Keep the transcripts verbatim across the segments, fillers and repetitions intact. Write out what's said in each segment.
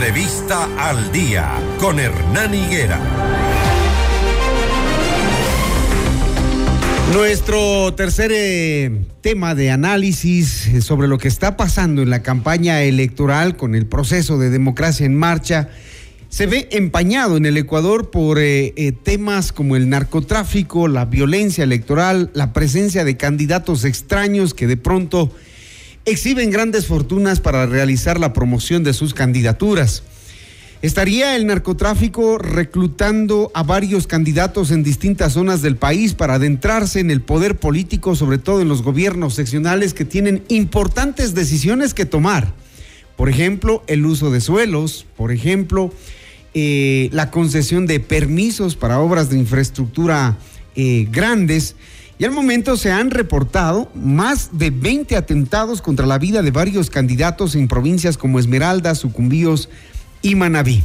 Entrevista al Día con Hernán Higuera. Nuestro tercer eh, tema de análisis eh, sobre lo que está pasando en la campaña electoral con el proceso de democracia en marcha se ve empañado en el Ecuador por eh, eh, temas como el narcotráfico, la violencia electoral, la presencia de candidatos extraños que de pronto exhiben grandes fortunas para realizar la promoción de sus candidaturas. ¿Estaría el narcotráfico reclutando a varios candidatos en distintas zonas del país para adentrarse en el poder político, sobre todo en los gobiernos seccionales que tienen importantes decisiones que tomar? Por ejemplo, el uso de suelos, por ejemplo, eh, la concesión de permisos para obras de infraestructura eh, grandes. Y al momento se han reportado más de veinte atentados contra la vida de varios candidatos en provincias como Esmeraldas, Sucumbíos y Manabí.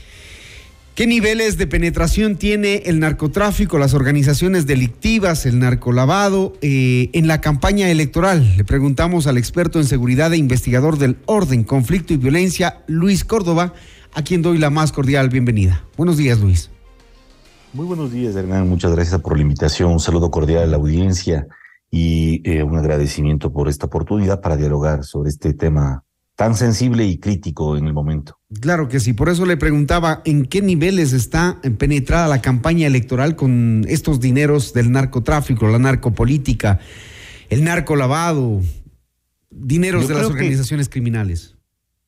¿Qué niveles de penetración tiene el narcotráfico, las organizaciones delictivas, el narcolavado eh, en la campaña electoral? Le preguntamos al experto en seguridad e investigador del orden, conflicto y violencia, Luis Córdoba, a quien doy la más cordial bienvenida. Buenos días, Luis. Muy buenos días, Hernán. Muchas gracias por la invitación. Un saludo cordial a la audiencia y eh, un agradecimiento por esta oportunidad para dialogar sobre este tema tan sensible y crítico en el momento. Claro que sí, por eso le preguntaba en qué niveles está penetrada la campaña electoral con estos dineros del narcotráfico, la narcopolítica, el narcolavado, dineros Yo de las organizaciones que, criminales.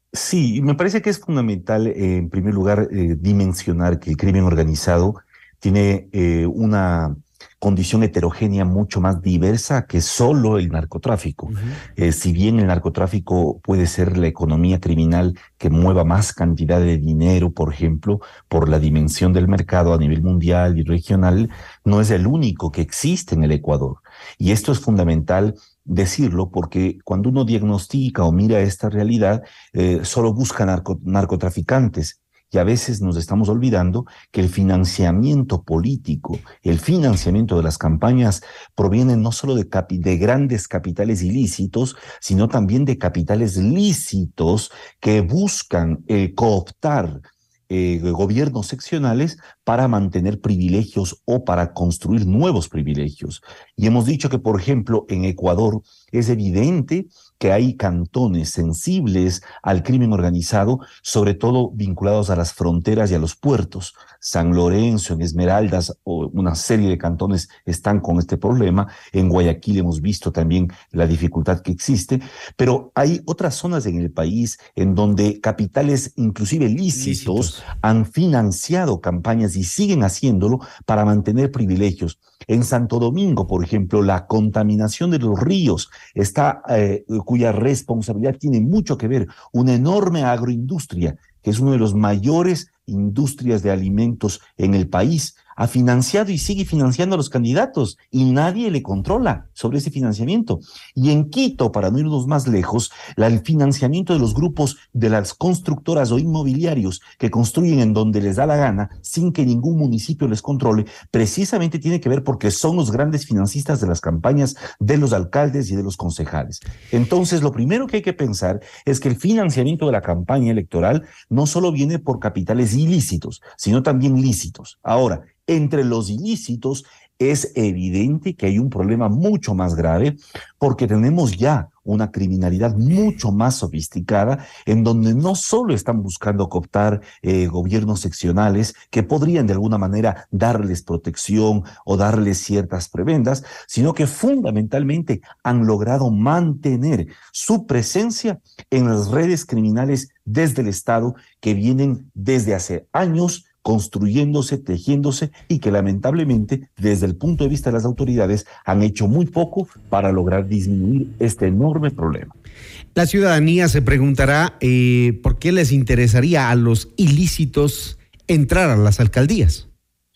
Sí, me parece que es fundamental, eh, en primer lugar, eh, dimensionar que el crimen organizado tiene eh, una condición heterogénea mucho más diversa que solo el narcotráfico. Uh-huh. Eh, si bien el narcotráfico puede ser la economía criminal que mueva más cantidad de dinero, por ejemplo, por la dimensión del mercado a nivel mundial y regional, no es el único que existe en el Ecuador. Y esto es fundamental decirlo porque cuando uno diagnostica o mira esta realidad, eh, solo busca narco, narcotraficantes. Y a veces nos estamos olvidando que el financiamiento político, el financiamiento de las campañas proviene no solo de, capi- de grandes capitales ilícitos, sino también de capitales lícitos que buscan eh, cooptar eh, gobiernos seccionales para mantener privilegios o para construir nuevos privilegios. Y hemos dicho que, por ejemplo, en Ecuador es evidente que hay cantones sensibles al crimen organizado, sobre todo vinculados a las fronteras y a los puertos. San Lorenzo, en Esmeraldas, o una serie de cantones están con este problema. En Guayaquil hemos visto también la dificultad que existe, pero hay otras zonas en el país en donde capitales, inclusive lícitos, lícitos. han financiado campañas y siguen haciéndolo para mantener privilegios. En Santo Domingo, por ejemplo, la contaminación de los ríos está, eh, cuya responsabilidad tiene mucho que ver, una enorme agroindustria, que es una de las mayores industrias de alimentos en el país, ha financiado y sigue financiando a los candidatos y nadie le controla sobre ese financiamiento. Y en Quito, para no irnos más lejos, la, el financiamiento de los grupos de las constructoras o inmobiliarios que construyen en donde les da la gana sin que ningún municipio les controle, precisamente tiene que ver porque son los grandes financistas de las campañas de los alcaldes y de los concejales. Entonces, lo primero que hay que pensar es que el financiamiento de la campaña electoral no solo viene por capitales ilícitos, sino también lícitos. Ahora, entre los ilícitos es evidente que hay un problema mucho más grave porque tenemos ya una criminalidad mucho más sofisticada en donde no solo están buscando cooptar eh, gobiernos seccionales que podrían de alguna manera darles protección o darles ciertas prebendas, sino que fundamentalmente han logrado mantener su presencia en las redes criminales desde el Estado que vienen desde hace años construyéndose, tejiéndose y que lamentablemente desde el punto de vista de las autoridades han hecho muy poco para lograr disminuir este enorme problema. La ciudadanía se preguntará eh, por qué les interesaría a los ilícitos entrar a las alcaldías.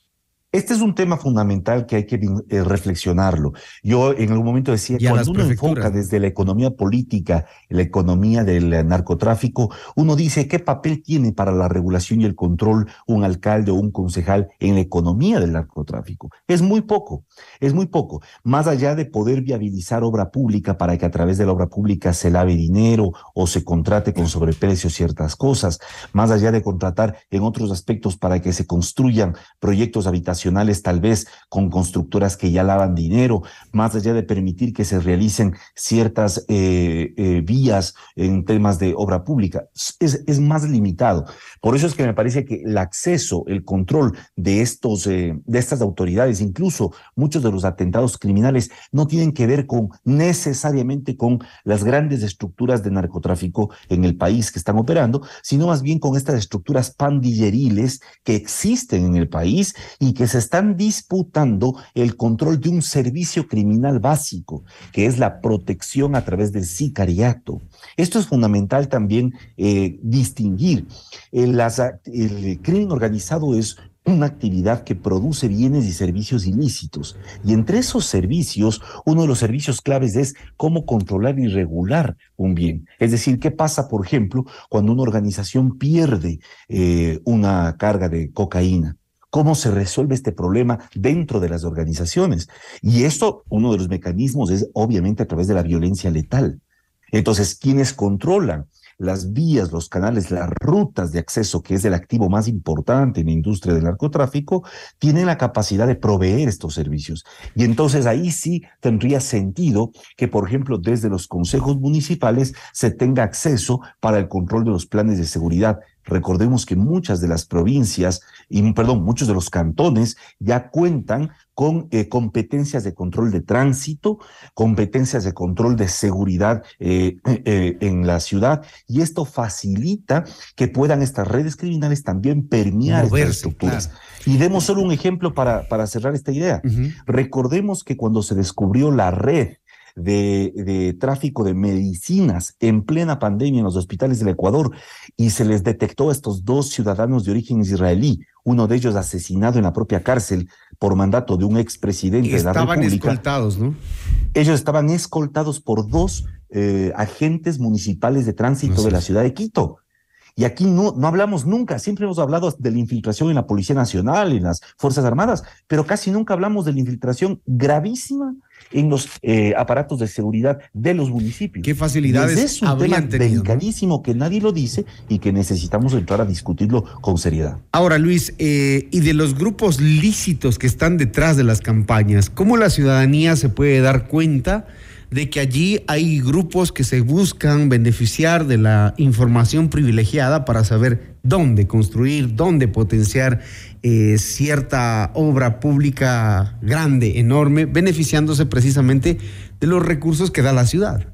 Este es un tema fundamental que hay que eh, reflexionarlo. Yo en algún momento decía, Y a las cuando uno enfoca prefecturas, ¿no? desde la economía política, la economía del eh, narcotráfico, uno dice, ¿qué papel tiene para la regulación y el control un alcalde o un concejal en la economía del narcotráfico? Es muy poco, es muy poco. Más allá de poder viabilizar obra pública para que a través de la obra pública se lave dinero o se contrate con sobreprecio ciertas cosas, más allá de contratar en otros aspectos para que se construyan proyectos habitacionales tal vez con constructoras que ya lavan dinero, más allá de permitir que se realicen ciertas eh, eh, vías en temas de obra pública, es, es más limitado. Por eso es que me parece que el acceso, el control de, estos, eh, de estas autoridades, incluso muchos de los atentados criminales, no tienen que ver con necesariamente con las grandes estructuras de narcotráfico en el país que están operando, sino más bien con estas estructuras pandilleriles que existen en el país y que se están disputando el control de un servicio criminal básico, que es la protección a través del sicariato. Esto es fundamental también eh, distinguir. El, las, el crimen organizado es una actividad que produce bienes y servicios ilícitos. Y entre esos servicios, uno de los servicios claves es cómo controlar y regular un bien. Es decir, ¿qué pasa, por ejemplo, cuando una organización pierde eh, una carga de cocaína? ¿Cómo se resuelve este problema dentro de las organizaciones? Y esto, uno de los mecanismos es obviamente a través de la violencia letal. Entonces, ¿quiénes controlan las vías, los canales, las rutas de acceso, que es el activo más importante en la industria del narcotráfico, tienen la capacidad de proveer estos servicios? Y entonces ahí sí tendría sentido que, por ejemplo, desde los consejos municipales se tenga acceso para el control de los planes de seguridad. Recordemos que muchas de las provincias, y perdón, muchos de los cantones ya cuentan con eh, competencias de control de tránsito, competencias de control de seguridad eh, eh, en la ciudad, y esto facilita que puedan estas redes criminales también permear Moverse, estas estructuras. claro. Y demos solo un ejemplo para, para cerrar esta idea. Uh-huh. Recordemos que cuando se descubrió la red De, de tráfico de medicinas en plena pandemia en los hospitales del Ecuador y se les detectó a estos dos ciudadanos de origen israelí, uno de ellos asesinado en la propia cárcel por mandato de un expresidente de la República. Estaban escoltados, ¿no? Ellos estaban escoltados por dos eh, agentes municipales de tránsito no sé. de la ciudad de Quito. Y aquí no, no hablamos nunca, siempre hemos hablado de la infiltración en la Policía Nacional, en las Fuerzas Armadas, pero casi nunca hablamos de la infiltración gravísima en los eh, aparatos de seguridad de los municipios. ¿Qué facilidades y es un tema delicadísimo, ¿no? Que nadie lo dice y que necesitamos entrar a discutirlo con seriedad. Ahora, Luis, eh, y de los grupos lícitos que están detrás de las campañas, ¿cómo la ciudadanía se puede dar cuenta de que allí hay grupos que se buscan beneficiar de la información privilegiada para saber dónde construir, dónde potenciar eh, cierta obra pública grande, enorme, beneficiándose precisamente de los recursos que da la ciudad?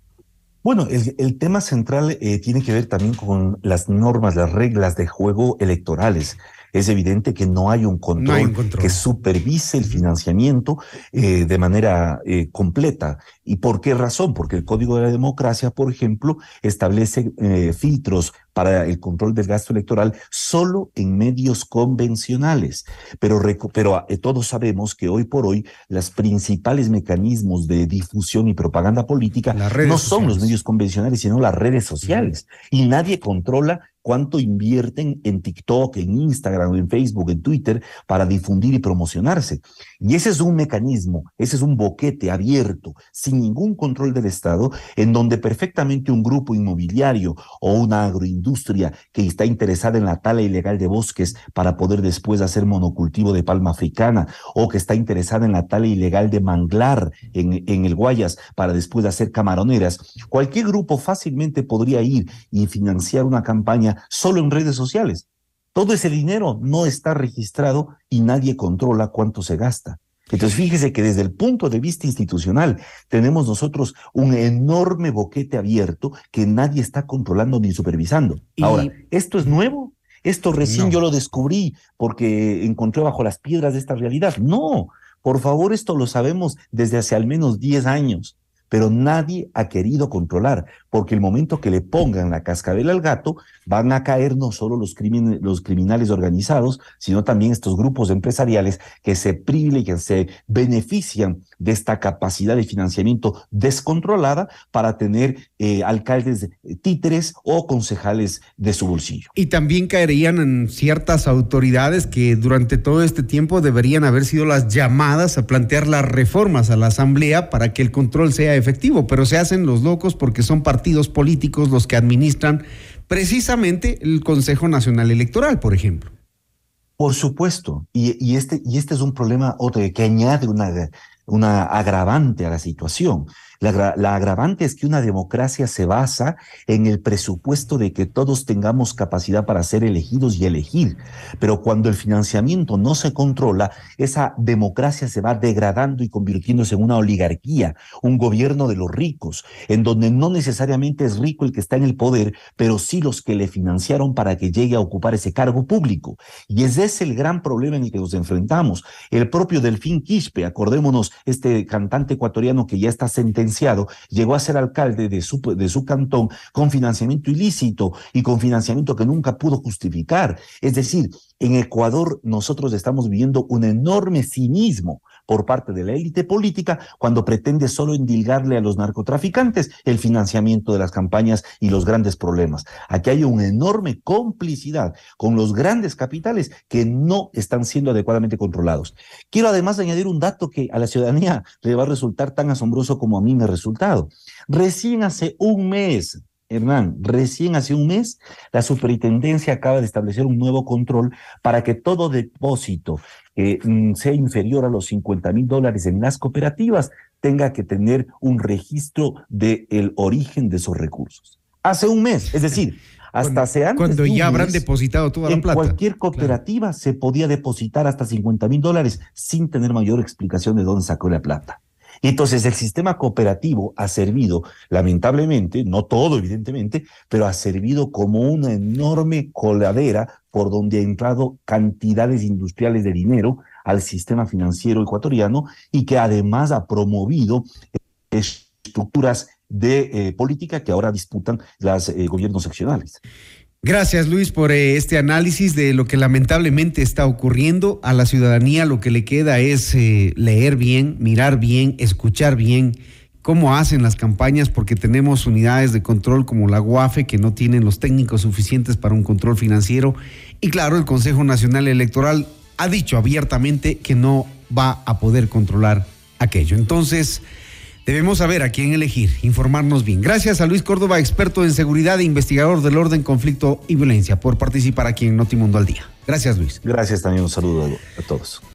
Bueno, el, el tema central eh, tiene que ver también con las normas, las reglas de juego electorales. Es evidente que no hay un control, no hay un control. que supervise el financiamiento eh, de manera eh, completa. ¿Y por qué razón? Porque el Código de la Democracia, por ejemplo, establece eh, filtros para el control del gasto electoral solo en medios convencionales. Pero, pero eh, todos sabemos que hoy por hoy los principales mecanismos de difusión y propaganda política no son sociales. Los medios convencionales, sino las redes sociales. Uh-huh. Y nadie controla cuánto invierten en TikTok, en Instagram, en Facebook, en Twitter para difundir y promocionarse. Y ese es un mecanismo, ese es un boquete abierto, sin ningún control del Estado, en donde perfectamente un grupo inmobiliario o una agroindustria que está interesada en la tala ilegal de bosques para poder después hacer monocultivo de palma africana, o que está interesada en la tala ilegal de manglar en, en el Guayas para después hacer camaroneras, cualquier grupo fácilmente podría ir y financiar una campaña solo en redes sociales. Todo ese dinero no está registrado y nadie controla cuánto se gasta. Entonces, fíjese que desde el punto de vista institucional tenemos nosotros un enorme boquete abierto que nadie está controlando ni supervisando. Y... Ahora, ¿esto es nuevo? Esto recién no. yo lo descubrí porque encontré bajo las piedras de esta realidad. No, por favor, esto lo sabemos desde hace al menos diez años. Pero nadie ha querido controlar. porque el momento que le pongan la cascabel al gato, van a caer no solo los, crimin los criminales organizados, sino también estos grupos empresariales que se privilegian, se benefician de esta capacidad de financiamiento descontrolada para tener eh, alcaldes títeres o concejales de su bolsillo. Y también caerían en ciertas autoridades que durante todo este tiempo deberían haber sido las llamadas a plantear las reformas a la Asamblea para que el control sea efectivo, pero se hacen los locos porque son partidos políticos los que administran precisamente el Consejo Nacional Electoral, por ejemplo. Por supuesto, y, y, este, y este es un problema otro que añade una, una agravante a la situación. La, la agravante es que una democracia se basa en el presupuesto de que todos tengamos capacidad para ser elegidos y elegir, pero cuando el financiamiento no se controla, esa democracia se va degradando y convirtiéndose en una oligarquía, un gobierno de los ricos, en donde no necesariamente es rico el que está en el poder, pero sí los que le financiaron para que llegue a ocupar ese cargo público. Y ese es el gran problema en el que nos enfrentamos. El propio Delfín Quispe, acordémonos, este cantante ecuatoriano que ya está sentenciado, llegó a ser alcalde de su, de su cantón con financiamiento ilícito y con financiamiento que nunca pudo justificar. Es decir, en Ecuador nosotros estamos viviendo un enorme cinismo por parte de la élite política cuando pretende solo endilgarle a los narcotraficantes el financiamiento de las campañas y los grandes problemas. Aquí hay una enorme complicidad con los grandes capitales que no están siendo adecuadamente controlados. Quiero además añadir un dato que a la ciudadanía le va a resultar tan asombroso como a mí me ha resultado. Recién hace un mes, Hernán, recién hace un mes, la superintendencia acaba de establecer un nuevo control para que todo depósito que mm, sea inferior a los cincuenta mil dólares en las cooperativas tenga que tener un registro del origen de esos recursos. Hace un mes, es decir, hasta cuando, hace antes Cuando de un ya habrán mes, depositado toda la en plata. cualquier cooperativa claro. se podía depositar hasta cincuenta mil dólares sin tener mayor explicación de dónde sacó la plata. Entonces el sistema cooperativo ha servido, lamentablemente, no todo evidentemente, pero ha servido como una enorme coladera por donde ha entrado cantidades industriales de dinero al sistema financiero ecuatoriano y que además ha promovido estructuras de eh, política que ahora disputan los eh, gobiernos seccionales. Gracias, Luis, por eh, este análisis de lo que lamentablemente está ocurriendo. A la ciudadanía lo que le queda es eh, leer bien, mirar bien, escuchar bien cómo hacen las campañas, porque tenemos unidades de control como la UAFE que no tienen los técnicos suficientes para un control financiero. Y claro, el Consejo Nacional Electoral ha dicho abiertamente que no va a poder controlar aquello. Entonces, debemos saber a quién elegir, informarnos bien. Gracias a Luis Córdoba, experto en seguridad e investigador del orden, conflicto y violencia, por participar aquí en Notimundo al Día. Gracias, Luis. Gracias también, un saludo a todos.